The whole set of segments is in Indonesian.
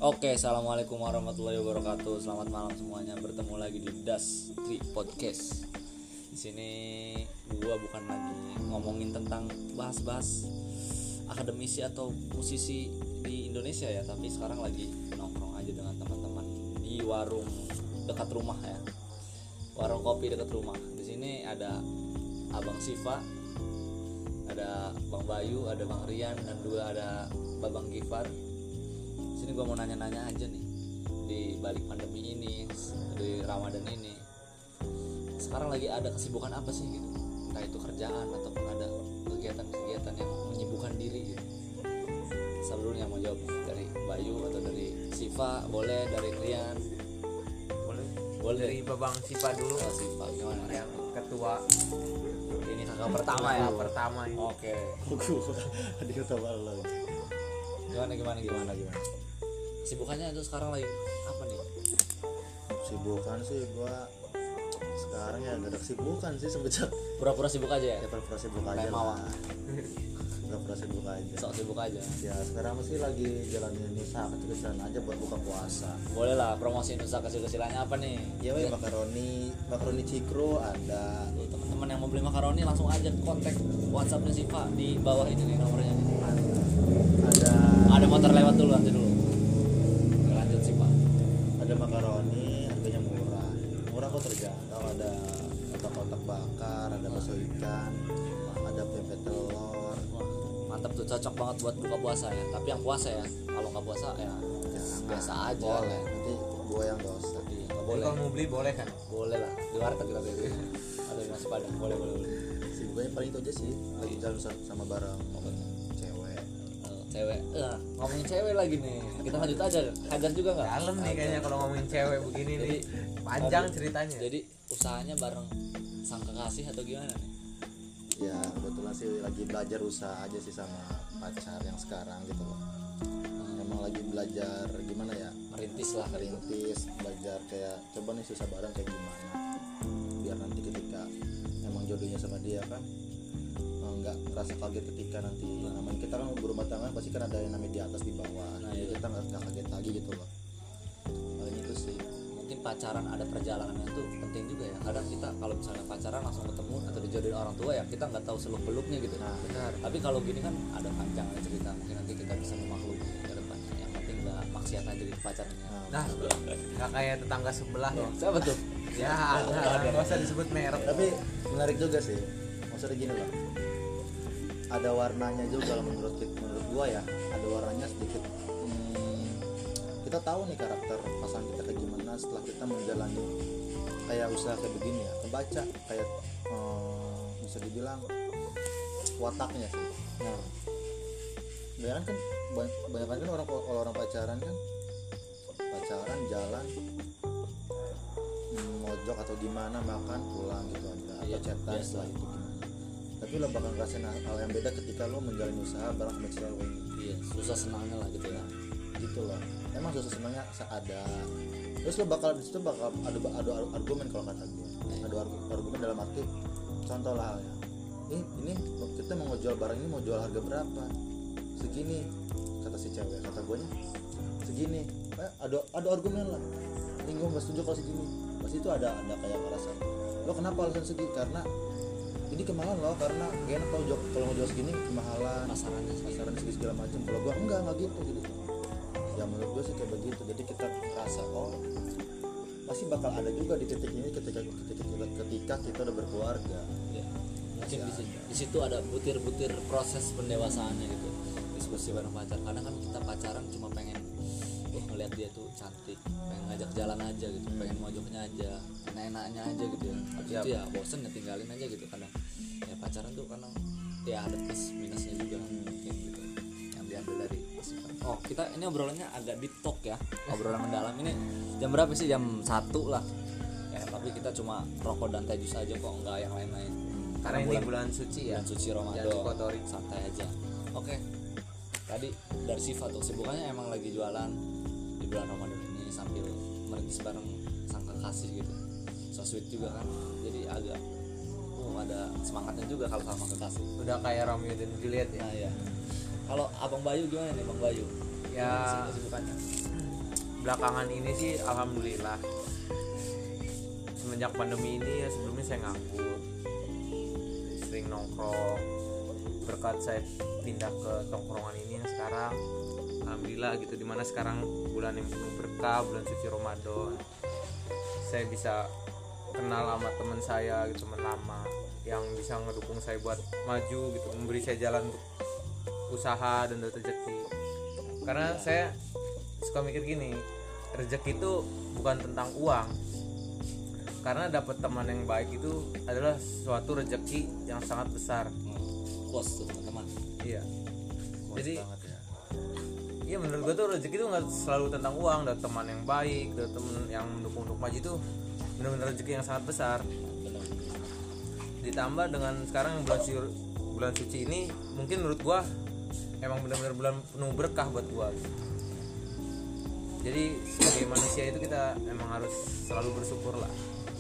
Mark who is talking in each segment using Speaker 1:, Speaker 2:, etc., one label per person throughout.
Speaker 1: Oke, assalamualaikum warahmatullahi wabarakatuh. Selamat malam semuanya. Bertemu lagi di Das Tri Podcast. Di sini gua bukan lagi ngomongin tentang bahas-bahas akademisi atau musisi di Indonesia ya, tapi sekarang lagi nongkrong aja dengan teman-teman di warung dekat rumah ya. Warung kopi dekat rumah. Di sini ada Abang Siva, ada Bang Bayu, ada Bang Rian, dan juga ada Babang Gifar. Sini gue mau nanya-nanya aja nih, di balik pandemi ini, di Ramadan ini, sekarang lagi ada kesibukan apa sih gitu? Entah itu kerjaan ataupun ada kegiatan-kegiatan yang menyibukkan diri gitu. Siapa dulu yang mau jawab? Dari Bayu atau dari Siva? Boleh dari Rian? Boleh
Speaker 2: Dari Babang Siva dulu.
Speaker 1: Oh, Siva gimana?
Speaker 2: Yang ketua
Speaker 1: Ini kakak pertama ya?
Speaker 2: Pertama ini.
Speaker 1: Oke.
Speaker 3: Adik ketawa lo.
Speaker 1: Gimana? Kesibukannya itu sekarang lagi apa nih?
Speaker 3: Kesibukan sih gua sekarang ya gak ada kesibukan sih semenjak
Speaker 1: Pura-pura sibuk aja ya?
Speaker 3: ya pura-pura sibuk aja
Speaker 1: Kayak
Speaker 3: lah.
Speaker 1: Mawar.
Speaker 3: Pura-pura sibuk aja.
Speaker 1: Sok sibuk aja.
Speaker 3: Ya sekarang sih lagi jalanin usaha kecil-kecilan aja buat buka puasa.
Speaker 1: Boleh lah promosiin usaha kecil-kecilannya apa nih?
Speaker 3: Ya weh makaroni cikro ada.
Speaker 1: Tuh, teman-teman yang mau beli makaroni langsung aja kontak WhatsAppnya Siva di bawah ini nih nomornya nih.
Speaker 3: Ada
Speaker 1: Ada motor lewat dulu nanti dulu. Oke, lanjut Siva.
Speaker 3: ada makaroni harganya murah kok terjangkau. Ada kotak-kotak bakar, ada bakso ikan, ada pempek telur.
Speaker 1: Wah, mantap tuh, cocok banget buat buka puasa ya. Tapi yang puasa ya, kalau nggak puasa ya
Speaker 3: Jangan.
Speaker 1: biasa aja.
Speaker 3: Boleh, nanti gua yang dosa.
Speaker 1: Iya, nggak
Speaker 2: Jadi
Speaker 1: boleh.
Speaker 2: kalau mau beli boleh kan?
Speaker 1: Boleh lah, di warteg kita beli. Ada di nasi padang, boleh.
Speaker 3: Sibuknya paling itu aja sih, lagi jalan sama bareng
Speaker 1: Pokoknya
Speaker 3: cewek.
Speaker 1: cewek. Ngomongin cewek lagi nih. Kita lanjut aja. Hajar juga nggak?
Speaker 2: Dalam nih kayaknya kalau ngomongin cewek begini
Speaker 1: Jadi,
Speaker 2: nih. Panjang ceritanya.
Speaker 1: Jadi usahanya bareng sang kekasih atau gimana nih?
Speaker 3: Ya kebetulan sih lagi belajar usaha aja sih sama pacar yang sekarang gitu loh. Emang lagi belajar gimana ya,
Speaker 1: Merintis lah kali itu.
Speaker 3: rintis, belajar kayak coba nih susah bareng kayak gimana, biar nanti ketika emang jodohnya sama dia kan nggak ngerasa kaget ketika nanti namanya kita kan berumah tangga pasti kan ada yang namanya di atas di bawah.
Speaker 1: Nah,
Speaker 3: Jadi
Speaker 1: iya.
Speaker 3: kita nggak kaget lagi gitu loh. Paling itu sih.
Speaker 1: Mungkin pacaran ada perjalanannya itu penting juga ya. Kadang kita kalau misalnya pacaran langsung ketemu atau dijodohin orang tua ya kita nggak tahu seluk beluknya gitu.
Speaker 3: Nah,
Speaker 2: Benar.
Speaker 1: Tapi kalau gini kan ada panjang ada cerita, mungkin nanti kita bisa memaklumi ke depannya. Yang penting nggak maksiat aja gitu pacarnya.
Speaker 2: Nah, nggak kayak tetangga sebelah ya.
Speaker 1: Siapa tuh?
Speaker 2: Ya, nggak usah disebut merek.
Speaker 3: Tapi menarik juga sih, maksudnya gini loh, ada warnanya juga menurut gua ya, ada warnanya sedikit. Kita tahu nih karakter pasangan kita kayak gimana setelah kita menjalani kayak usaha kayak begini ya, kebaca kayak bisa dibilang wataknya sih. Nah, banyak kan orang pacaran kan jalan mojok atau gimana makan pulang gitu aja atau
Speaker 1: Iya,
Speaker 3: chatan
Speaker 1: biasa.
Speaker 3: setelah itu gimana, tapi lo bakal ngerasain hal yang beda ketika lo menjalani usaha bareng sama cewek ini
Speaker 1: Iya, susah senangnya lah gitu ya.
Speaker 3: gitu loh. Emang susah senangnya ada, terus lo bakal disitu bakal adu argumen kalau kata gue, adu argumen dalam arti contoh lah halnya ini kita mau jual barang ini mau jual harga berapa, segini kata si cewek, kata gue nya segini, ada argumen lah, ini gue nggak setuju kalau segini, pasti itu ada kayak ngerasa lo kenapa alasan segini, karena ini kemahalan lo, karena gak enak kalau mau jual segini kemahalan,
Speaker 1: Pasarannya
Speaker 3: pasaran segala macam. Kalau gue enggak gitu ya, menurut gue sih kayak begitu. Jadi kita rasa pasti bakal ada juga di titik ini ketika kita udah berkeluarga.
Speaker 1: ya. Mungkin di situ ada butir-butir proses pendewasaannya gitu. Diskusi bareng pacar. Kadang kan kita pacaran cuma pengen ngeliat dia tuh cantik, pengen ngajak jalan aja gitu, pengen mojoknya aja, enak-enaknya aja gitu ya. Habis itu ya bosen ya tinggalin aja gitu. Kadang ya pacaran tuh kadang ya ada plus minusnya juga mungkin gitu yang diambil dari sifat. Oh, kita ini obrolannya agak deep talk ya, obrolan mendalam. Ini jam berapa sih? Jam 1 lah ya, tapi kita cuma rokok dan teh jus aja kok, enggak yang lain-lain.
Speaker 2: Karena ini bulan suci ya.
Speaker 1: Bulan suci Ramadan,
Speaker 2: Jangan dikotori.
Speaker 1: santai aja. Oke, tadi dari Siva tuh sibukannya emang lagi jualan di bulan Ramadan ini sambil merintis bareng sang kekasih gitu. So sweet juga kan, jadi agak ada semangatnya juga kalau sama kekasih.
Speaker 2: Udah kayak Romeo dan Juliet ya.
Speaker 1: Nah ya, kalau Abang Bayu gimana nih Bang Bayu?
Speaker 2: Ya
Speaker 1: kesibukannya
Speaker 2: belakangan ini sih alhamdulillah semenjak pandemi ini ya, sebelumnya saya nganggur, sering nongkrong. Berkat saya pindah ke tongkrongan ini yang sekarang alhamdulillah gitu, dimana sekarang bulan yang penuh berkah, bulan suci Ramadan, saya bisa kenal sama teman saya gitu, teman lama yang bisa ngedukung saya buat maju gitu, memberi saya jalan untuk usaha dan rezeki. Karena saya suka mikir gini, rezeki itu bukan tentang uang, karena dapat teman yang baik itu adalah suatu rezeki yang sangat besar.
Speaker 1: Bos tuh teman-teman.
Speaker 2: Iya.
Speaker 3: Kuat
Speaker 2: Jadi
Speaker 3: banget ya.
Speaker 2: iya, menurut gue tuh rezeki itu nggak selalu tentang uang. Dan teman yang baik, dan teman yang mendukung untuk maju itu benar-benar rezeki yang sangat besar.
Speaker 1: Benar.
Speaker 2: Ditambah dengan sekarang yang bulan suci ini, mungkin menurut gue emang benar-benar bulan penuh berkah buat gue. Jadi sebagai manusia itu kita emang harus selalu bersyukur lah.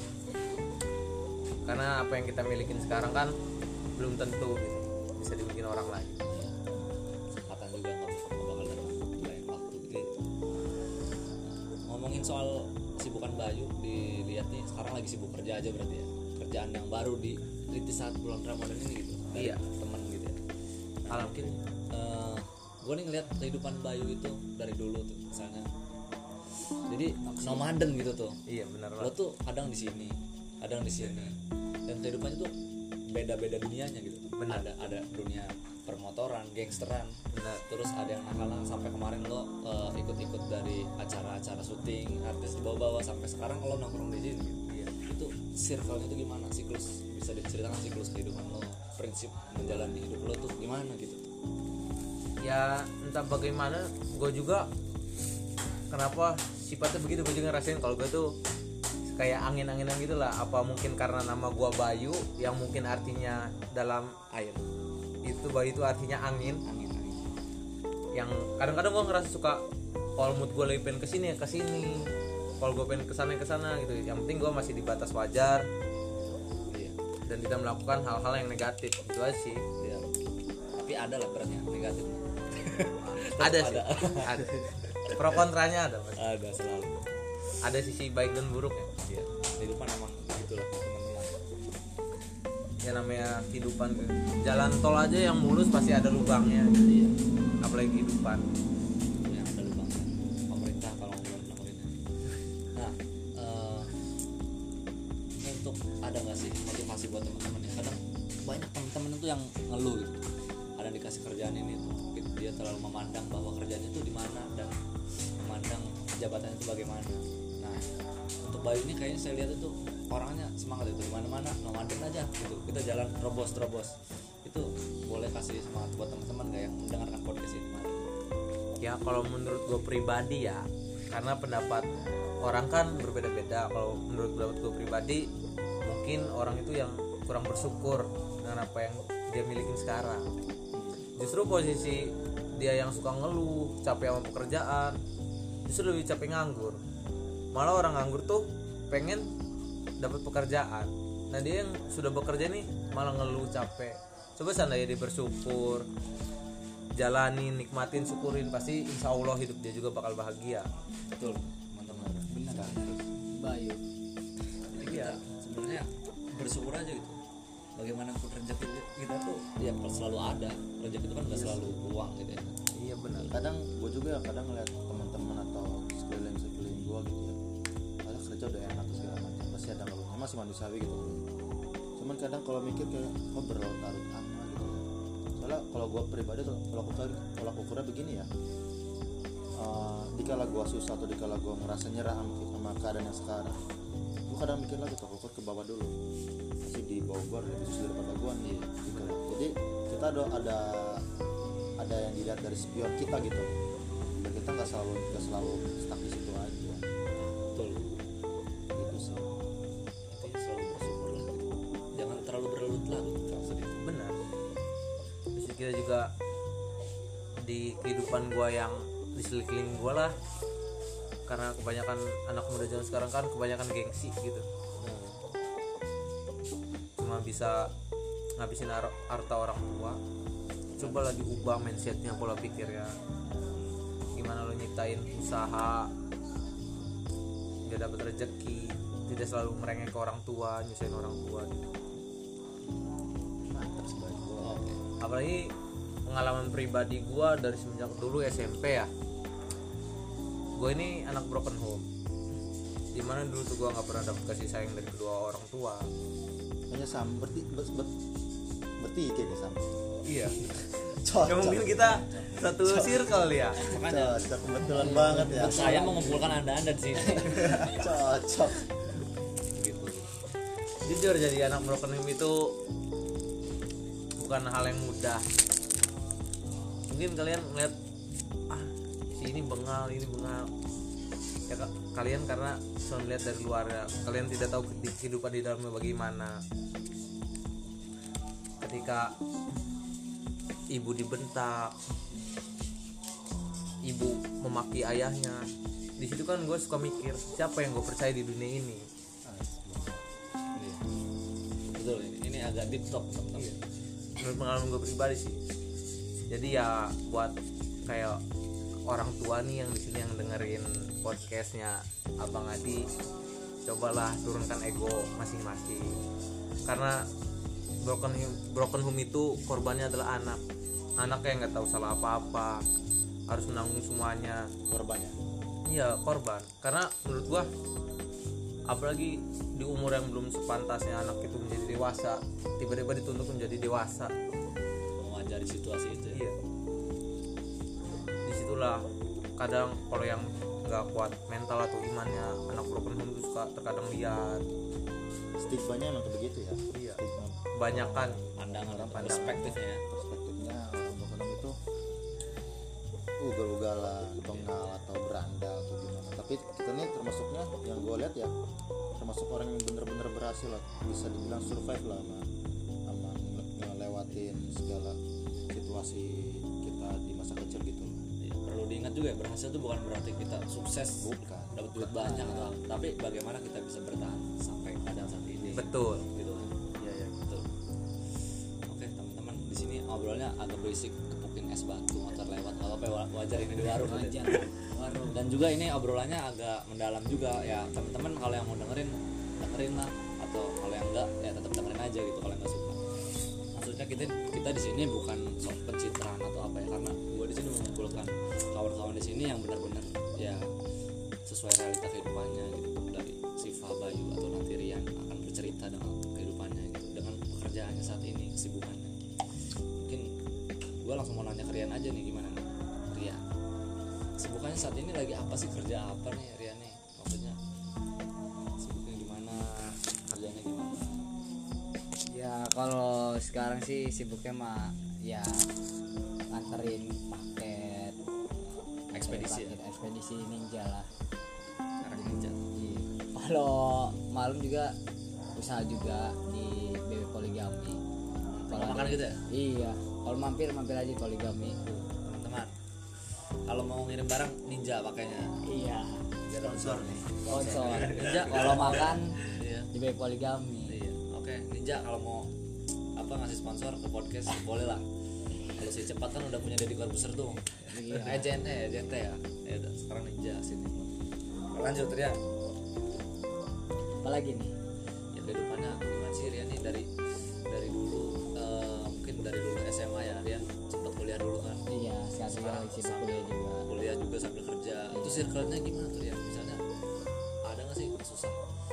Speaker 2: Karena apa yang kita milikin sekarang kan belum tentu gitu, bisa dimiliki orang lain.
Speaker 1: Kesempatan juga nggak bakal datang di lain waktu gitu. Ngomongin soal kesibukan Bayu, dilihat nih sekarang lagi sibuk kerja aja berarti ya. Kerjaan yang baru di saat bulan Ramadan ini gitu. Dari
Speaker 2: Iya.
Speaker 1: teman gitu ya.
Speaker 2: Mungkin
Speaker 1: Gue nih ngeliat kehidupan Bayu itu dari dulu tuh misalnya. Jadi nomaden gitu tuh.
Speaker 2: iya benar
Speaker 1: Lo
Speaker 2: lah.
Speaker 1: tuh kadang di sini, kadang di sini. Dan kehidupannya tuh beda-beda dunianya gitu.
Speaker 2: Benar.
Speaker 1: Ada dunia permotoran, gangsteran.
Speaker 2: Benar.
Speaker 1: Terus ada yang nakal sampai kemarin lo ikut-ikut dari acara-acara syuting artis dibawa-bawa sampai sekarang lo nongkrong di sini gitu.
Speaker 2: Iya.
Speaker 1: Itu circle-nya itu gimana, siklus, bisa diceritakan siklus kehidupan lo, prinsip menjalani hidup lo tuh gimana gitu.
Speaker 2: Ya entah bagaimana, gue juga kenapa sifatnya begitu, gue juga ngerasain kalau gue tuh kayak angin-anginan gitu lah. Apa mungkin karena nama gue Bayu yang mungkin artinya dalam
Speaker 1: Air,
Speaker 2: itu Bayu itu artinya angin,
Speaker 1: angin.
Speaker 2: yang kadang-kadang gue ngerasa suka kalau mood gue lagi pengen kesini ya kesini, kalau gue pengen kesana gitu. Yang penting gue masih di batas wajar
Speaker 1: Iya,
Speaker 2: dan tidak melakukan hal-hal yang negatif, gitu aja sih.
Speaker 1: iya. Tapi ada lah beratnya negatif.
Speaker 2: Ada sih, ada. Pro kontranya ada, Mas.
Speaker 1: Ada selalu.
Speaker 2: Ada sisi baik dan buruk ya.
Speaker 1: Iya, kehidupan emang gitulah teman-teman.
Speaker 2: Ya namanya kehidupan, jalan tol aja yang mulus pasti ada lubangnya.
Speaker 1: Iya,
Speaker 2: Apalagi kehidupan.
Speaker 1: yang ada lubangnya. Pemerintah kalau ngomongin pemerintah. Nah, untuk ada nggak sih motivasi buat teman-teman ya? Kadang banyak teman-teman itu yang ngeluh gitu. Ada yang dikasih kerjaan ini tuh, dia terlalu memandang bahwa kerjanya itu di mana dan memandang jabatannya itu bagaimana. Nah, untuk Bayu ini kayaknya saya lihat itu orangnya semangat itu di mana-mana, nomaden aja gitu. Kita jalan terobos. Itu boleh kasih semangat buat teman-teman nggak yang mendengarkan podcast ini?
Speaker 2: Ya kalau menurut gue pribadi ya, karena pendapat orang kan berbeda-beda. Kalau menurut pendapat gue pribadi, mungkin orang itu yang kurang bersyukur dengan apa yang dia miliki sekarang. Justru posisi dia yang suka ngeluh, capek sama pekerjaan, justru lebih capek nganggur. Malah orang nganggur tuh pengen dapat pekerjaan. Nah dia yang sudah bekerja nih malah ngeluh capek. Coba seandainya dia bersyukur, jalanin, nikmatin, syukurin, pasti insya Allah hidup dia juga bakal bahagia.
Speaker 1: Betul, teman-teman.
Speaker 3: Benar.
Speaker 4: Bayu.
Speaker 1: Jadi kita sebenarnya bersyukur aja gitu. Bagaimanapun rezeki kita tuh ya selalu ada. Rezeki itu kan nggak selalu uang gitu ya.
Speaker 2: Iya benar.
Speaker 3: Kadang gue juga kadang ngeliat teman-teman atau sekeliling gue gitu ya, kadang kerja udah enak segala macam, pasti ada ngeluhnya, masih manusiawi gitu. Cuman kadang kalau mikir kayak kok berlarut-larut amat gitu ya. Soalnya kalau gue pribadi kalau ukurnya begini ya, dikala gue susah atau dikala gue ngerasa nyerah sama keadaan yang sekarang, gue kadang mikir lagi tuh ukur ke bawah dulu, masih di bawah lebih susah daripada gue nih gitu. Jadi kita ada yang dilihat dari spion kita gitu, dan kita nggak selalu stuck di situ aja
Speaker 1: Betul.
Speaker 3: gitu sih.
Speaker 1: Intinya selalu bersyukur lah gitu. Jangan terlalu berlarut-larut kalau sedih.
Speaker 2: Benar. Terus kita juga di kehidupan gua yang di sekeliling gua lah, karena kebanyakan anak muda zaman sekarang kan kebanyakan gengsi gitu, cuma bisa ngabisin harta orang tua. Coba lagi ubah mindsetnya, pola pikirnya. Gimana lo nyiptain usaha biar dapat rezeki, tidak selalu merengek ke orang tua, nyusahin orang tua gitu.
Speaker 3: Mantap sebagai gue.
Speaker 1: Oke.
Speaker 2: Apalagi pengalaman pribadi gue dari semenjak dulu SMP ya, gue ini anak broken home, dimana dulu tuh gue nggak pernah dapet kasih sayang dari kedua orang tua.
Speaker 3: Hanya sama bertiga deh sama.
Speaker 2: Iya.
Speaker 3: Cocok.
Speaker 2: Ya mungkin kita satu circle ya.
Speaker 3: Cocok, kebetulan banget ya.
Speaker 1: Saya mengumpulkan anda di sini.
Speaker 3: Cocok.
Speaker 1: Gitu.
Speaker 2: Jujur jadi anak broken home itu bukan hal yang mudah. Mungkin kalian ngeliat si ini bengal ya kalian karena cuma melihat dari luar ya, kalian tidak tahu kehidupan di dalamnya bagaimana. Ketika ibu dibentak, ibu memaki ayahnya, di situ kan gue suka mikir siapa yang gue percaya di dunia ini.
Speaker 1: Iya. Betul, ini agak deep talk.
Speaker 2: Iya. Menurut pengalaman gue pribadi sih. Jadi ya buat kayak orang tua nih yang di sini yang dengerin podcastnya Abang Adi, cobalah turunkan ego masing-masing. Karena broken home itu korbannya adalah anak yang nggak tahu salah apa-apa, harus menanggung semuanya.
Speaker 3: Korbannya.
Speaker 2: Iya, korban. Karena menurut gua apalagi di umur yang belum sepantasnya anak itu menjadi dewasa, tiba-tiba dituntut menjadi dewasa.
Speaker 1: Mengajari situasi itu ya.
Speaker 2: Iya. Disitulah kadang kalau yang nggak kuat mental atau imannya, anak broken home itu suka terkadang liar.
Speaker 3: Stigmanya emang begitu ya.
Speaker 2: Iya.
Speaker 3: Stigma
Speaker 2: Kebanyakan
Speaker 1: Pandangan atau
Speaker 2: Pandangan.
Speaker 1: perspektifnya ya.
Speaker 3: perspektifnya orang ekonomi itu ugal-ugalan, bengal atau berandal atau gimana. Tapi kita nih termasuknya yang gue lihat ya, termasuk orang yang bener-bener berhasil lah, bisa dibilang survive lah sama ngelewatin segala situasi kita di masa kecil gitu lah.
Speaker 1: Iya, perlu diingat juga ya, berhasil itu bukan berarti kita sukses,
Speaker 3: Bukan.
Speaker 1: dapat duit banyak atau apa. Tapi bagaimana kita bisa bertahan sampai keadaan saat ini.
Speaker 2: betul.
Speaker 1: Gitu kan.
Speaker 2: Iya.
Speaker 1: Betul. Oke teman-teman, di sini ngobrolnya agak berisik, kepukin es batu motor lewat, nggak apa-apa, wajar ini di warung.
Speaker 4: Wajar.
Speaker 1: Warung. Dan juga ini obrolannya agak mendalam juga ya, teman-teman kalau yang mau dengerin lah, atau kalau yang enggak ya tetap dengerin aja gitu kalau nggak suka. Maksudnya kita di sini bukan sok pencitraan atau apa ya, karena gue di sini mengumpulkan kawan-kawan di sini yang benar-benar ya sesuai realita kehidupannya gitu. Dari Siva, Bayu atau nanti Rian akan bercerita dengan kehidupannya gitu, dengan pekerjaannya saat ini, kesibukannya. Mungkin gue langsung mau nanya ke Rian aja nih, gimana nih Rian, kesibukannya saat ini lagi apa sih, kerja apa nih Rian nih, maksudnya sibuknya gimana, kerjanya gimana?
Speaker 4: Ya kalau sekarang sih sibuknya mah ya nganterin paket
Speaker 1: Ekspedisi ya?
Speaker 4: ekspedisi ninja lah.
Speaker 1: Sekarang kerja.
Speaker 4: Iya. Kalau malam juga usaha juga di BB Poligami. Kalau
Speaker 1: Makan
Speaker 4: ada-
Speaker 1: gitu ya?
Speaker 4: Iya. Kalau mampir aja di Poligami.
Speaker 1: Teman-teman, kalau mau ngirim barang Ninja pakainya,
Speaker 4: Iya.
Speaker 1: biar sponsor nih.
Speaker 4: Sponsor.
Speaker 1: Ninja
Speaker 4: Kalau makan
Speaker 1: iya.
Speaker 4: di BB Poligami.
Speaker 1: Iya. Oke, Ninja kalau mau ngasih sponsor ke podcast boleh lah. Kalau si Cepat kan udah punya Deddy Corbuzier tuh.
Speaker 4: Iya.
Speaker 1: Agentnya ya. Ya udah, sekarang Ninja sini. Lanjut Rian.
Speaker 4: Apalagi nih?
Speaker 1: Ya kehidupannya gimana sih Rian nih dari dulu, mungkin dari dulu SMA ya, Rian sempat kuliah dulu kan.
Speaker 4: Iya, sekarang juga lagi sibuk kuliah juga.
Speaker 1: Kuliah juga sambil kerja. Itu circle-nya gimana tuh Rian? Misalnya ada nggak sih susah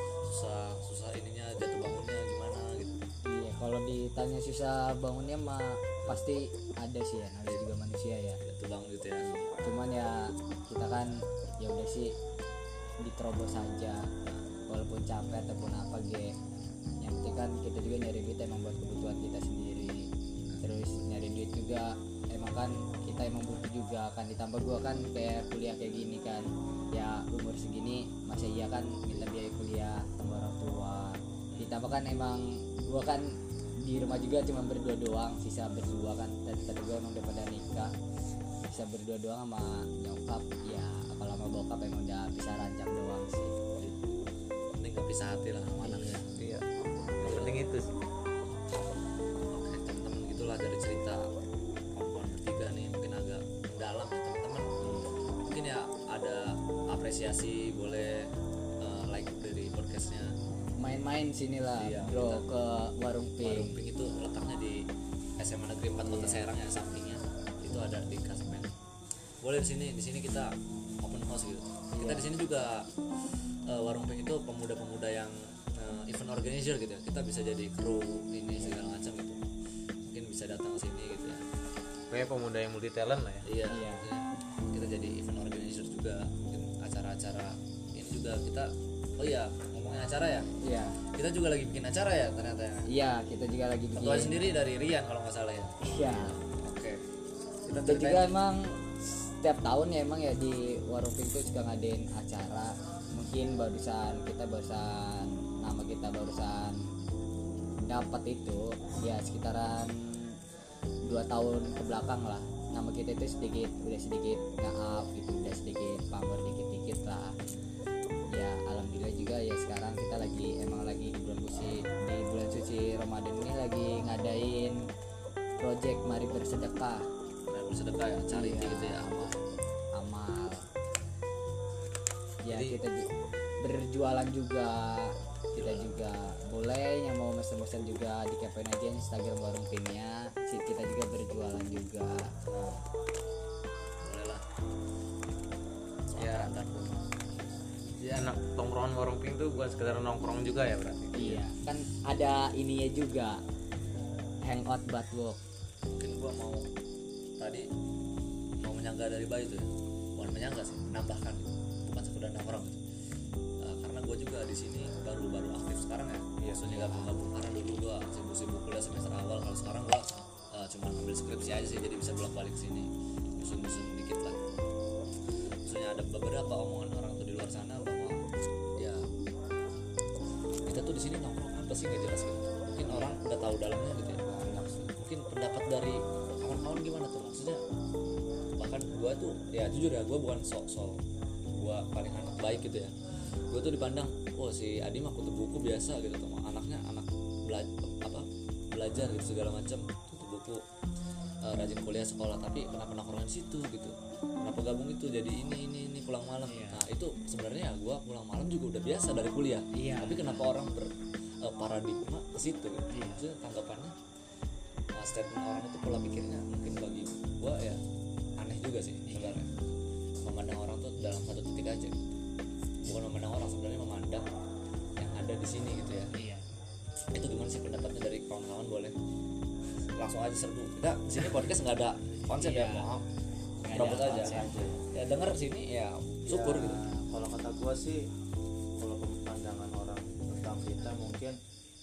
Speaker 1: ininya, jatuh bangunnya gimana gitu?
Speaker 4: Iya, kalau ditanya susah bangunnya mah pasti ada sih ya, namanya juga manusia ya.
Speaker 1: Jatuh bangun gitu ya.
Speaker 4: Cuman ya kita kan ya udah sih diterobos saja, walaupun capek ataupun apa yang penting kan kita juga nyari duit emang buat kebutuhan kita sendiri. Terus nyari duit juga emang kan kita emang butuh juga kan, ditambah gua kan kayak kuliah kayak gini kan ya, umur segini masa iya kan minta biaya kuliah tambah orang tua, ditambah kan emang gua kan di rumah juga cuma berdua doang, sisa berdua kan, tadi gua emang udah pada nikah, bisa berdua doang sama nyokap ya. Kalau sama bokap emang udah bisa rancang doang sih.
Speaker 1: Penting nggak pisah hati lah sama anaknya.
Speaker 2: Iya. Yang penting itu sih.
Speaker 1: Oke teman-teman, gitulah dari cerita kawan-kawan bertiga nih, mungkin agak mendalam ya teman-teman. Mungkin ya ada apresiasi boleh
Speaker 4: main-main sini lah
Speaker 1: Iya,
Speaker 4: bro
Speaker 1: kita-
Speaker 4: ke warung
Speaker 1: Warung
Speaker 4: pink.
Speaker 1: Pink itu letaknya di SMA Negeri 4 Kota Serang ya, sampingnya itu ada di Kasmen. Boleh di sini kita open house gitu. Kita di sini juga warung Pink itu pemuda-pemuda yang event organizer gitu ya. Kita bisa jadi kru ini segala macam gitu. Mungkin bisa datang ke sini gitu ya.
Speaker 2: Kayak pemuda yang multi talent lah ya.
Speaker 1: Iya.
Speaker 4: Iya.
Speaker 1: Maksudnya kita jadi event organizer juga. Mungkin acara-acara ini juga kita. Oh iya, ngomongin acara ya.
Speaker 4: Iya.
Speaker 1: Kita juga lagi bikin acara ya ternyata ya.
Speaker 4: Iya, kita juga lagi bikin.
Speaker 1: Ketua sendiri dari Rian kalau nggak salah ya.
Speaker 4: Iya.
Speaker 1: Oke. Kita
Speaker 4: Dan juga
Speaker 1: ceritain.
Speaker 4: emang setiap tahun ya emang ya di warung pink itu suka ngadain acara. Mungkin nama kita barusan dapat itu ya sekitaran 2 tahun ke belakang lah. Nama kita itu udah sedikit nge-up gitu, udah sedikit pamer dikit-dikit lah. Ya alhamdulillah juga ya sekarang kita lagi di bulan suci Ramadan ini lagi ngadain project Mari Bersedekah
Speaker 1: Bersedekah ya, charity
Speaker 4: Iya.
Speaker 1: gitu ya,
Speaker 4: amal. Ya
Speaker 1: Jadi-
Speaker 4: kita berjualan juga, kita juga boleh yang mau mesen-mesen juga dikepoin aja Instagram warung pinknya. Kita juga berjualan juga.
Speaker 1: boleh lah.
Speaker 2: Ya.
Speaker 1: Antar rumah.
Speaker 2: Ya anak tongkrongan warung pink tuh bukan sekedar nongkrong juga ya berarti.
Speaker 4: Iya, kan ada ininya juga. Hangout buat work.
Speaker 1: Mungkin gua tadi mau menyangga dari bayi tuh ya. Bukan menyangga sih, menambahkan bukan sekedar nongkrong gitu. Karena gua juga di sini baru aktif sekarang ya. Maksudnya gabung karena dulu gua sibuk kuliah semester awal. Kalau sekarang gua cuma ambil skripsi aja sih, jadi bisa bolak-balik sini. Musim dikit lah. Maksudnya ada beberapa omongan orang tuh di luar sana bahwa ya kita tuh di sini nongkrong apa sih nggak jelas gitu. Mungkin orang udah tahu dalamnya gitu ya. Mungkin pendapat dari kawan-kawan gimana tuh, maksudnya bahkan gue tuh ya jujur ya, gue bukan sok gue paling anak baik gitu ya. Gue tuh dipandang, oh si Adi mah kutu buku biasa gitu tuh, anaknya anak belajar gitu segala macam, tutup buku, rajin kuliah sekolah, tapi kenapa nongkrong di situ gitu, kenapa gabung itu jadi ini pulang malam. Nah itu sebenarnya gue pulang malam juga udah biasa dari kuliah. Tapi kenapa orang paradigma ke situ gitu. Maksudnya tanggapannya statement orang itu pola pikirnya mungkin bagi gua ya aneh juga sih sebenarnya. Memandang orang tuh dalam satu titik aja gitu. Bukan memandang orang, sebenarnya memandang yang ada di sini gitu ya. Itu gimana sih pendapatnya dari kawan-kawan? Boleh langsung aja serbu. Kita di sini podcast nggak ada konsep ya, maaf. Robot aja. Ya denger sini ya syukur gitu.
Speaker 3: Kalau kata gua sih, kalau pandangan orang tentang kita mungkin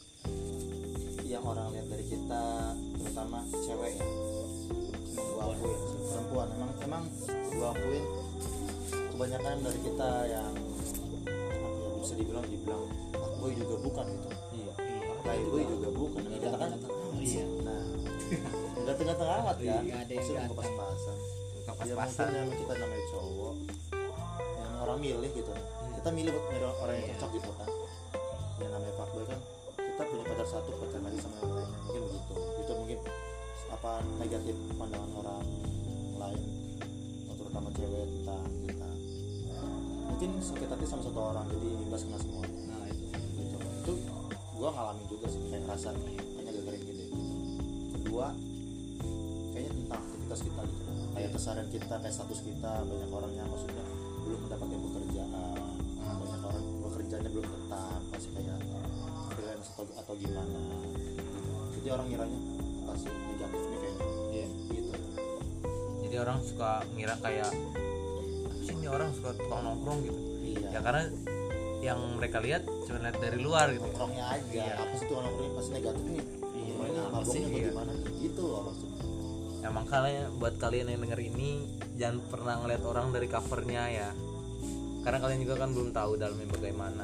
Speaker 3: yang orang lihat dari kita, terutama cewek ya, gua akuin sih, perempuan emang gua akuin kebanyakan dari kita yang apa ya, bisa dibilang fuckboy juga bukan gitu. Playboy juga bukan. Kita kan nah nggak tengah-tengah amat kan,
Speaker 4: Nggak ada yang
Speaker 3: maksudnya
Speaker 4: ganteng.
Speaker 3: pas-pasan. Ya mungkin
Speaker 2: Pas-pasan.
Speaker 3: yang kita namanya cowok yang orang milih gitu, kita milih buat nyari orang yang cocok gitu kan. Yang namanya fuckboy kan kita punya pacar satu, pacar lagi sama yang lainnya, mungkin begitu. Itu mungkin apa negatif pandangan orang lain, terutama cewek tentang kita. Mungkin sakit hati sama satu orang jadi imbas kena semua.
Speaker 1: Nah itu
Speaker 3: Itu gua ngalamin juga sih, kayak ngerasa kayaknya gara-gara gini gitu. Kedua, kayaknya tentang aktivitas kita gitu, kayak keseharian kita, kayak status kita. Banyak orang yang maksudnya belum mendapatkan pekerjaan, banyak orang pekerjaannya belum tetap, masih kayak freelance atau gimana gitu. Jadi orang ngiranya pasti negatifnya kayaknya gitu.
Speaker 2: Jadi orang suka ngira kayak apa sih ini orang suka tukang nongkrong gitu.
Speaker 3: Iya,
Speaker 2: Ya karena yang mereka lihat cuma lihat dari luar gitu.
Speaker 3: nongkrongnya aja, apa sih tuh nongkrongnya pasti negatif nih,
Speaker 2: Iya, apa
Speaker 3: maboknya
Speaker 2: sih?
Speaker 3: atau
Speaker 2: Iya.
Speaker 3: gimana gitu loh maksudnya.
Speaker 2: Ya makanya buat kalian yang denger ini jangan pernah ngeliat orang dari covernya ya. Karena kalian juga kan belum tahu dalamnya bagaimana.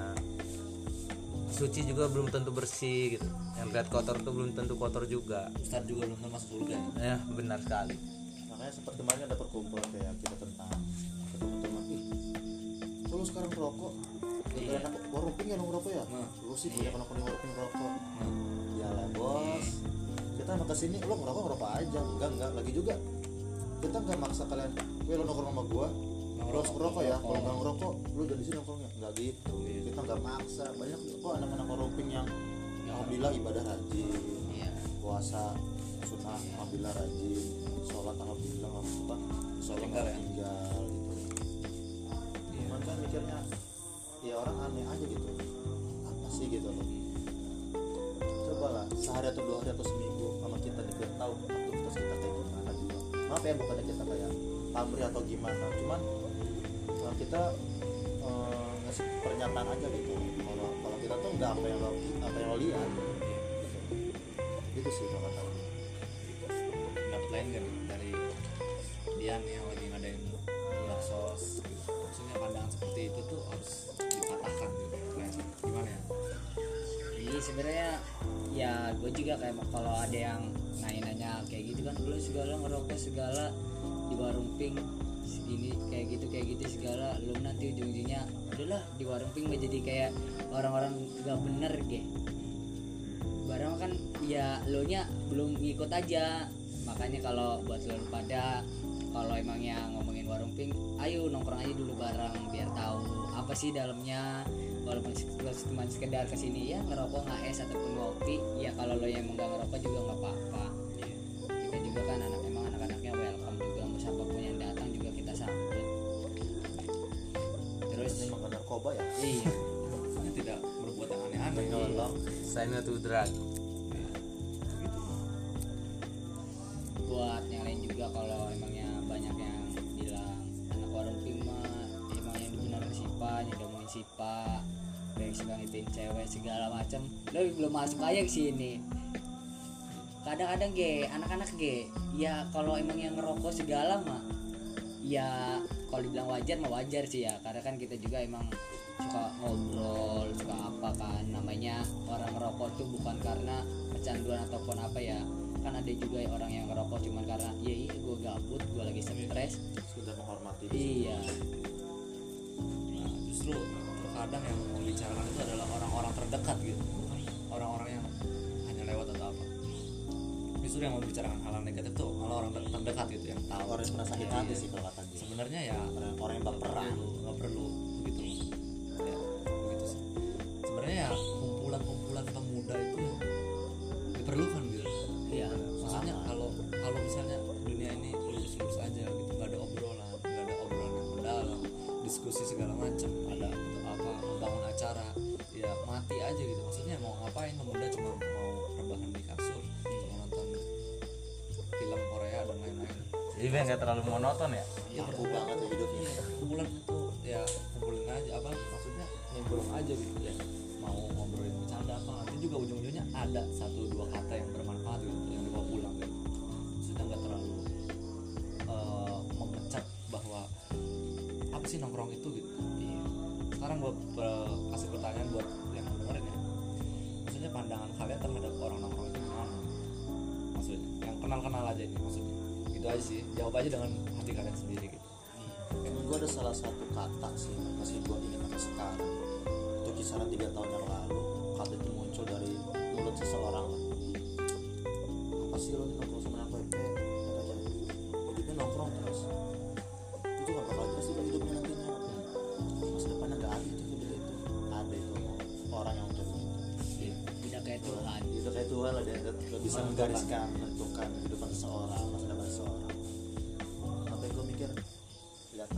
Speaker 2: Suci juga belum tentu bersih gitu. Yang lihat kotor tuh belum tentu kotor juga.
Speaker 1: Ustadz juga belum termasuk surga ya.
Speaker 2: Ya benar sekali.
Speaker 3: Makanya seperti kemarin ada perkumpulan kayak kita tentang ke teman-teman, lu sekarang rokok,
Speaker 1: Iya.
Speaker 3: enak warung pink ya ngerokok ya,
Speaker 1: Nah.
Speaker 3: lu sih banyak anak warung pink rokok. Ya lah bos, kita mau kesini lu ngerokok aja, enggak lagi juga kita nggak maksa kalian, lu nongkrong sama gua, kalau ngerokok ya, kalau nggak ngerokok lu dari sini nongkrongnya nggak gitu. Kita nggak maksa. Banyak kok anak-anak Warumping yang alhamdulillah ibadah rajin,
Speaker 4: Iya.
Speaker 3: puasa sunnah alhamdulillah rajin, sholat alhamdulillah apa sholat
Speaker 1: Tinggal ya?
Speaker 3: tinggal gitu. Cuman kan mikirnya ya orang aneh aja gitu, apa sih gitu loh. Coba lah sehari atau 2 hari atau seminggu sama kita nih biar tahu aktivitas kita kayak gimana juga. Maaf ya bukannya kita kayak pamrih atau gimana, cuman kita ngasih pernyataan aja gitu. Kalau kita tuh nggak apa yang lo lihat gitu sih kalau kata gue.
Speaker 1: Dapat lain kan dari Dian yang lagi ngadain sos gitu. Maksudnya pandangan seperti itu tuh harus dipatahkan gitu. Kayak gimana ya?
Speaker 4: Jadi sebenarnya ya gue juga kayak kalau ada yang nanya kayak gitu kan, lu segala ngerokok segala di warung pink ini kayak gitu segala, lu nanti ujung-ujungnya udahlah di warung pink nggak jadi kayak orang-orang gak bener gitu. Barang kan ya lo nya belum ngikut aja. Makanya kalau buat lo pada kalau emangnya ngomongin warung pink, ayo nongkrong aja dulu bareng biar tahu apa sih dalamnya. Walaupun cuma sekedar kesini ya ngerokok nggak es ataupun ngopi, ya kalau lo yang nggak ngerokok juga nggak apa-apa. Kita juga kan anak-anaknya welcome juga, mau siapapun yang datang juga kita sambut. Terus
Speaker 3: Ini makan narkoba ya.
Speaker 4: iya,
Speaker 1: Maksudnya tidak berbuat yang aneh-aneh.
Speaker 2: Tolong sign to drug.
Speaker 4: buat yang lain juga kalau emangnya banyak yang bilang anak warung pink mah emang yang dibenerin sipa, yang ngomongin sipa, kayak suka ngitin cewek segala macam, lo belum masuk aja ke sini. Kadang-kadang anak-anak ya kalau emang yang ngerokok segala mah ya kalau dibilang wajar mah wajar sih ya, karena kan kita juga emang suka ngobrol, suka apa kan, namanya orang ngerokok tuh bukan karena kecanduan ataupun apa ya. Kan ada juga orang yang ngerokok cuman karena iya gue gabut, gue lagi stres.
Speaker 3: Sudah menghormati.
Speaker 4: Iya.
Speaker 1: Nah, justru terkadang yang membicarakan itu adalah orang-orang terdekat gitu, bukan orang-orang yang hanya lewat atau apa. Justru yang membicarakan hal negatif tuh malah orang terdekat gitu yang tahu.
Speaker 3: Orang yang pernah sakit hati sih kalau kata gue.
Speaker 1: Sebenarnya ya
Speaker 3: Orang yang baperan.
Speaker 1: nggak perlu begitu ya, begitu sih. Sebenarnya ya kumpulan pemuda itu diperlukan gitu.
Speaker 4: Iya.
Speaker 1: Maksudnya kalau misalnya dunia ini lurus-lurus aja gitu, nggak ada obrolan yang mendalam, diskusi segala macam, ada gitu, apa membangun acara ya mati aja gitu. Maksudnya mau ngapain pemuda, cuma mau rebahan di kasur, cuma nonton film Korea dan lain-lain.
Speaker 2: Jadi biar nggak terlalu monoton ya.
Speaker 1: Ya
Speaker 3: Aku banget ya hidupnya.
Speaker 1: iya, kumpulan itu ya kumpulin aja apa maksudnya nimbrung aja gitu ya, mau ngobrolin bercanda apa nanti juga ujung-ujungnya ada 1-2 kata yang bermanfaat gitu yang dibawa pulang gitu. Maksudnya nggak terlalu mengecat bahwa apa sih nongkrong itu gitu. Sekarang gue kasih pertanyaan buat yang dengerin ya, maksudnya pandangan kalian terhadap orang nongkrong itu gimana? Maksudnya yang kenal aja ini, maksudnya itu aja sih, jawab aja dengan hati kalian sendiri gitu.
Speaker 3: Emang gue ada salah satu kata sih masih gue ingat sampai sekarang. Itu kisaran 3 tahun yang lalu kata itu muncul dari mulut seseorang lah. Apa sih lo nih nongkrong sama anak PP? Katanya hidupnya nongkrong terus. Itu gak bakal jelas juga hidupnya nantinya. Masa depannya gak ada itu hidup itu. Ada itu orang yang udah gitu.
Speaker 4: Tidak kayak Tuhan.
Speaker 3: Itu kayak Tuhan lah, dia gak bisa menggariskan menentukan kehidupan seseorang, masa depan seseorang. Sampai gue mikir lihat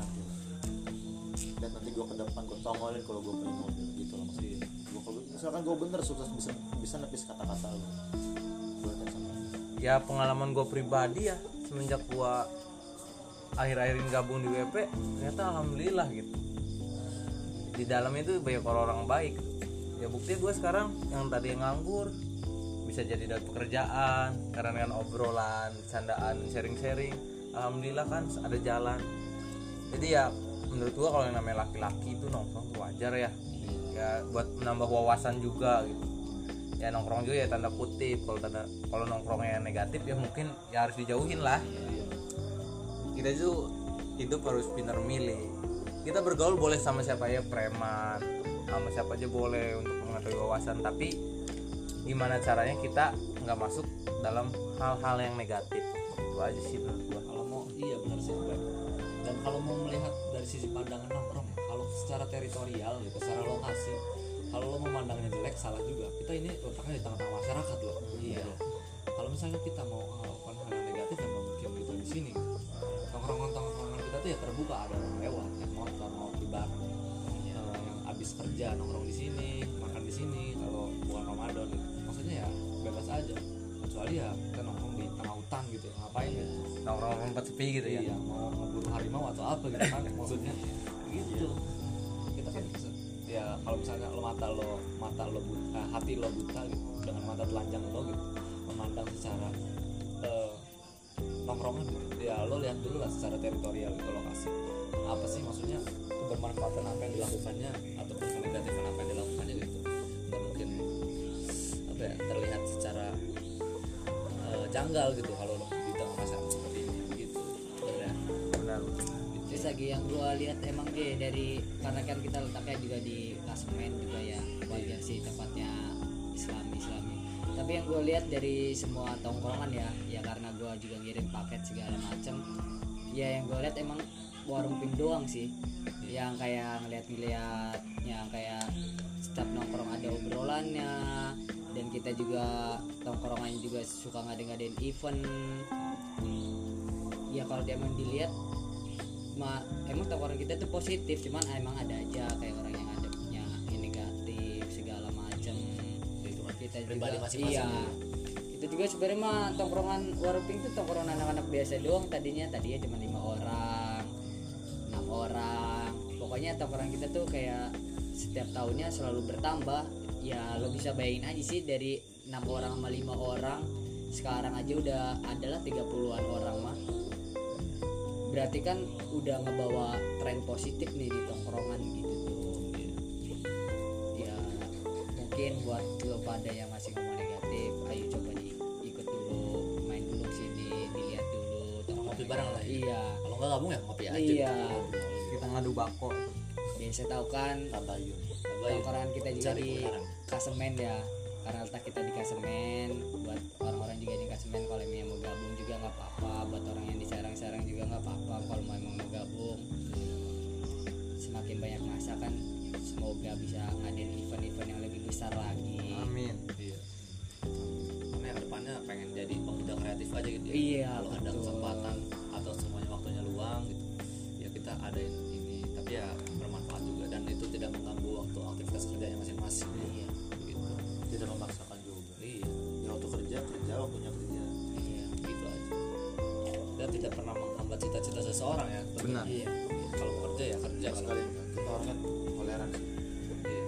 Speaker 3: nanti gue ke depan gue tongolin kalau gue punya mobil gitu loh maksudnya. Misalkan gue bener sukses bisa nepis kata-kata lo. Gue sama
Speaker 2: Ya pengalaman gue pribadi ya semenjak gue akhir-akhir ini gabung di WP, ternyata alhamdulillah gitu. Di dalam itu banyak orang baik. Ya bukti gue sekarang yang tadi nganggur bisa jadi dapat pekerjaan karena dengan obrolan, candaan, sharing-sharing. Alhamdulillah kan ada jalan. Jadi ya menurut gua kalau yang namanya laki-laki itu nongkrong tuh wajar ya. Ya buat menambah wawasan juga gitu. Ya nongkrong juga ya tanda kutip. Kalau nongkrongnya yang negatif ya mungkin ya harus dijauhin lah. Kita itu hidup harus pintar milih. Kita bergaul boleh sama siapa ya, preman, sama siapa aja boleh untuk mengetahui wawasan. Tapi gimana caranya kita nggak masuk dalam hal-hal yang negatif. Itu aja sih menurut gua.
Speaker 1: Kalau mau iya benar sih Bang. Dan kalau mau melihat dari sisi pandangan nongkrong, kalau secara teritorial gitu, secara lokasi, kalau lo memandangnya jelek salah juga. Kita ini letaknya di tengah-tengah masyarakat loh.
Speaker 4: Iya.
Speaker 1: Gitu. Kalau misalnya kita mau melakukan hal yang negatif yang mungkin gitu di sini. Tongkrongan kita tuh ya terbuka, ada orang lewat, naik motor, ngopi bareng. Yang abis kerja nongkrong di sini, makan di sini. Kalau bukan Ramadan, gitu. Maksudnya ya bebas aja. Kecuali ya kita nongkrong di tengah hutan gitu, ya, ngapain gitu?
Speaker 2: Nongkrong tempat sepi gitu ya.
Speaker 1: Iya, mau ngeburu harimau atau apa gitu kan maksudnya gitu. Kita kan ya kalau misalnya mata lo buta, hati lo buta gitu, dengan mata telanjang lo gitu memandang secara nongkrongan gitu. Ya lo lihat dulu lah secara teritorial gitu, lokasi apa sih maksudnya kebermanfaatan apa yang dilakukannya ataupun kenegatifan apa yang dilakukannya gitu. Nggak mungkin apa ya terlihat secara janggal gitu kalau lo di tengah masyarakat seperti ini gitu. Bener.
Speaker 2: Benar.
Speaker 4: Terus lagi yang gue lihat emang dia dari karena kan kita letaknya juga di Klasemen juga ya, wajar sih tempatnya Islami. Tapi yang gue lihat dari semua tongkrongan ya karena gue juga ngirim paket segala macem, ya yang gue lihat emang warung pink doang sih, yang kayak ngeliat yang kayak setiap nongkrong ada obrolannya, dan kita juga tongkrongannya juga suka ngadain event. Ya kalau dia emang dilihat emang tongkrongan kita tuh positif, cuman emang ada aja kayak orang yang adabnya yang negatif segala macem. Itu kan kita
Speaker 1: Pribadi
Speaker 4: juga
Speaker 1: masing-masing
Speaker 4: iya
Speaker 1: ya.
Speaker 4: itu juga sebenarnya mah tongkrongan warung pink tuh tongkrongan anak-anak biasa doang tadinya cuma 5 orang 6 orang, pokoknya tongkrongan kita tuh kayak setiap tahunnya selalu bertambah. Ya lo bisa bayangin aja sih, dari 6 orang sama 5 orang sekarang aja udah adalah 30-an orang mah, berarti kan udah ngebawa tren positif nih di tongkrongan gitu tuh. Ya mungkin buat lo pada yang masih ngomong negatif, ayo coba ikut dulu, main dulu sini, dilihat dulu
Speaker 1: Ngopi bareng lah ya.
Speaker 4: Iya,
Speaker 1: Kalau nggak gabung ya ngopi aja.
Speaker 4: Iya.
Speaker 2: Kita ngadu bako.
Speaker 4: biasa tahu kan
Speaker 1: Tabayun.
Speaker 4: tongkrongan kita juga
Speaker 1: Cari
Speaker 4: di
Speaker 1: kebenaran.
Speaker 4: Klasemen ya, karena letak kita di Klasemen. Buat orang-orang juga di Klasemen, kalau yang mau gabung juga nggak apa-apa. Buat orang yang di Serang juga nggak apa-apa kalau emang mau gabung. Semakin banyak masa kan, semoga bisa ngadain event-event yang lebih besar lagi.
Speaker 2: Amin.
Speaker 1: Iya. Karena ya kedepannya pengen jadi pemuda kreatif aja gitu ya.
Speaker 4: Iya,
Speaker 1: Kalau ada
Speaker 4: betul.
Speaker 1: kesempatan atau semuanya waktunya luang gitu, ya kita adain ini. Tapi ya bermanfaat juga dan itu tidak mengganggu waktu aktivitas kerjanya masing-masing.
Speaker 4: Iya.
Speaker 1: Gitu.
Speaker 3: Tidak memaksakan juga.
Speaker 1: Iya.
Speaker 3: Ya waktu kerja waktunya kerja.
Speaker 4: Iya.
Speaker 1: Gitu aja. Kita tidak pernah menghambat cita-cita seseorang ya.
Speaker 2: Benar.
Speaker 4: Iya.
Speaker 1: Kalau kerja ya kerja kalau
Speaker 3: Sekali kita orangnya toleran sih.
Speaker 1: iya.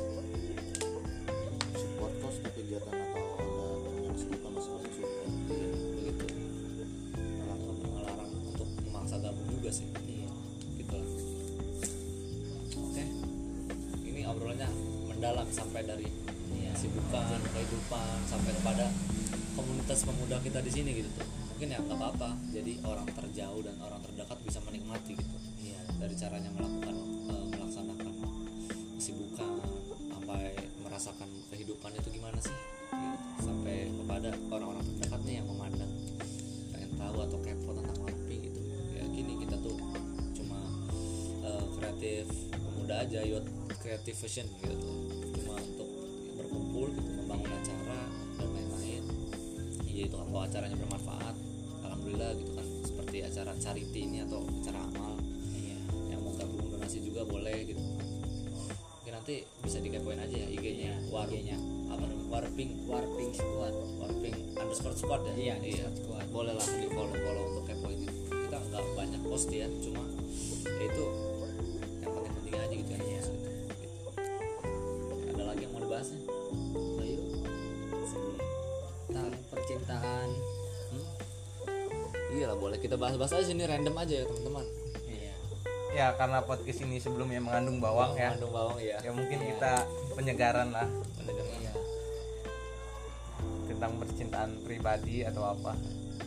Speaker 3: Support kok setiap kegiatan atau ada yang suka masalah support.
Speaker 1: Iya, begitu. Melarang untuk memaksa gabung juga sih.
Speaker 4: Iya.
Speaker 1: Gitu lah. Oke, ini obrolannya mendalam sampai dari kesibukan, kehidupan sampai kepada komunitas pemuda kita di sini gitu tuh. Mungkin ya nggak apa-apa. Jadi orang terjauh dan orang terdekat bisa menikmati gitu. Iya. Dari caranya melaksanakan kesibukan sampai merasakan kehidupannya itu gimana sih? Gitu. Sampai kepada orang-orang terdekat nih yang memandang, pengen tahu atau kepo tentang warung gitu. Ya gini kita tuh cuma kreatif pemuda aja, youth creative vision gitu tuh. Cuma untuk berkumpul gitu, membangun acara dan lain-lain. Ya itu kalau acaranya bermanfaat, alhamdulillah gitu kan, seperti acara charity ini atau acara amal.
Speaker 4: Iya.
Speaker 1: Yang mau gabung donasi juga boleh gitu. Mungkin nanti bisa dikepoin aja ya IG-nya,
Speaker 4: IG-nya.
Speaker 1: apa Warping
Speaker 4: Warping
Speaker 1: _squad ya.
Speaker 4: Iya, _squad.
Speaker 1: Boleh lah di follow untuk kepoin itu. Kita nggak banyak post ya, cuma ya itu yang penting-penting aja gitu ya.
Speaker 4: Iya.
Speaker 1: Gitu. Ada lagi yang mau dibahasnya? Ayo. Sebelum
Speaker 4: tentang percintaan.
Speaker 1: Iya lah, boleh kita bahas-bahas aja sini, random aja ya teman-teman.
Speaker 4: Iya.
Speaker 2: Ya karena podcast ini sebelumnya mengandung bawang ya.
Speaker 1: Mengandung bawang ya.
Speaker 2: Ya mungkin kita penyegaran lah
Speaker 1: Mendengar.
Speaker 4: Iya.
Speaker 2: tentang percintaan pribadi atau apa.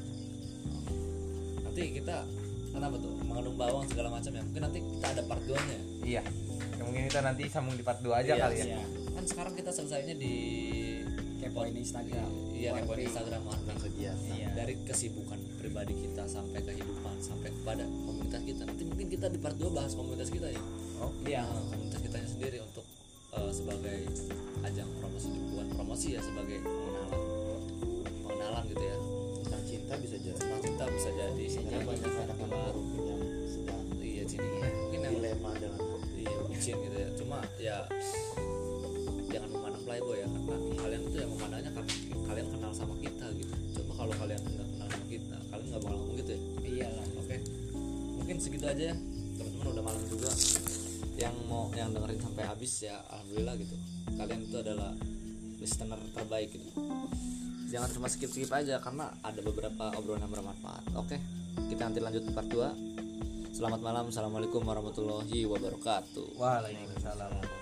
Speaker 1: Nanti kita kenapa tuh mengandung bawang segala macam ya. Mungkin nanti kita ada part 2-nya.
Speaker 2: Iya. Ya, mungkin kita nanti sambung di part 2 aja
Speaker 1: Iya,
Speaker 2: kali ya.
Speaker 4: Iya.
Speaker 1: Kan sekarang kita selesainya di
Speaker 4: Kepoin Instagram.
Speaker 1: Iya, kepoin
Speaker 4: Warping.
Speaker 1: Instagram Warping.
Speaker 3: Kegiatan.
Speaker 4: Iya.
Speaker 1: Dari kesibukan pribadi kita sampai kehidupan sampai kepada komunitas kita. Nanti mungkin kita di part 2 bahas komunitas kita ya.
Speaker 2: Oh
Speaker 4: Iya.
Speaker 1: Komunitas kita sendiri untuk sebagai ajang promosi, bukan promosi ya, sebagai pengenalan gitu ya.
Speaker 3: Tentang cinta bisa jadi.
Speaker 1: Tentang cinta bisa jadi.
Speaker 3: Karena banyak anak-anak mungkin yang sedang
Speaker 1: Iya jadi mungkin yang
Speaker 3: dilema dengan
Speaker 1: iya bucin gitu ya. Cuma ya jangan memandang playboy ya, karena kalian itu yang memandangnya karena kalian kenal sama kita gitu. Coba kalau kalian nggak kenal sama kita, kalian nggak bakal ngomong gitu ya.
Speaker 4: Iyalah.
Speaker 1: Oke, mungkin segitu aja ya teman-teman, udah malam juga. Yang dengerin sampai habis ya alhamdulillah gitu, kalian itu adalah listener terbaik gitu. Jangan cuma skip aja karena ada beberapa obrolan yang bermanfaat. Oke, kita nanti lanjut part 2. Selamat malam, assalamualaikum warahmatullahi wabarakatuh.
Speaker 2: Waalaikumsalam.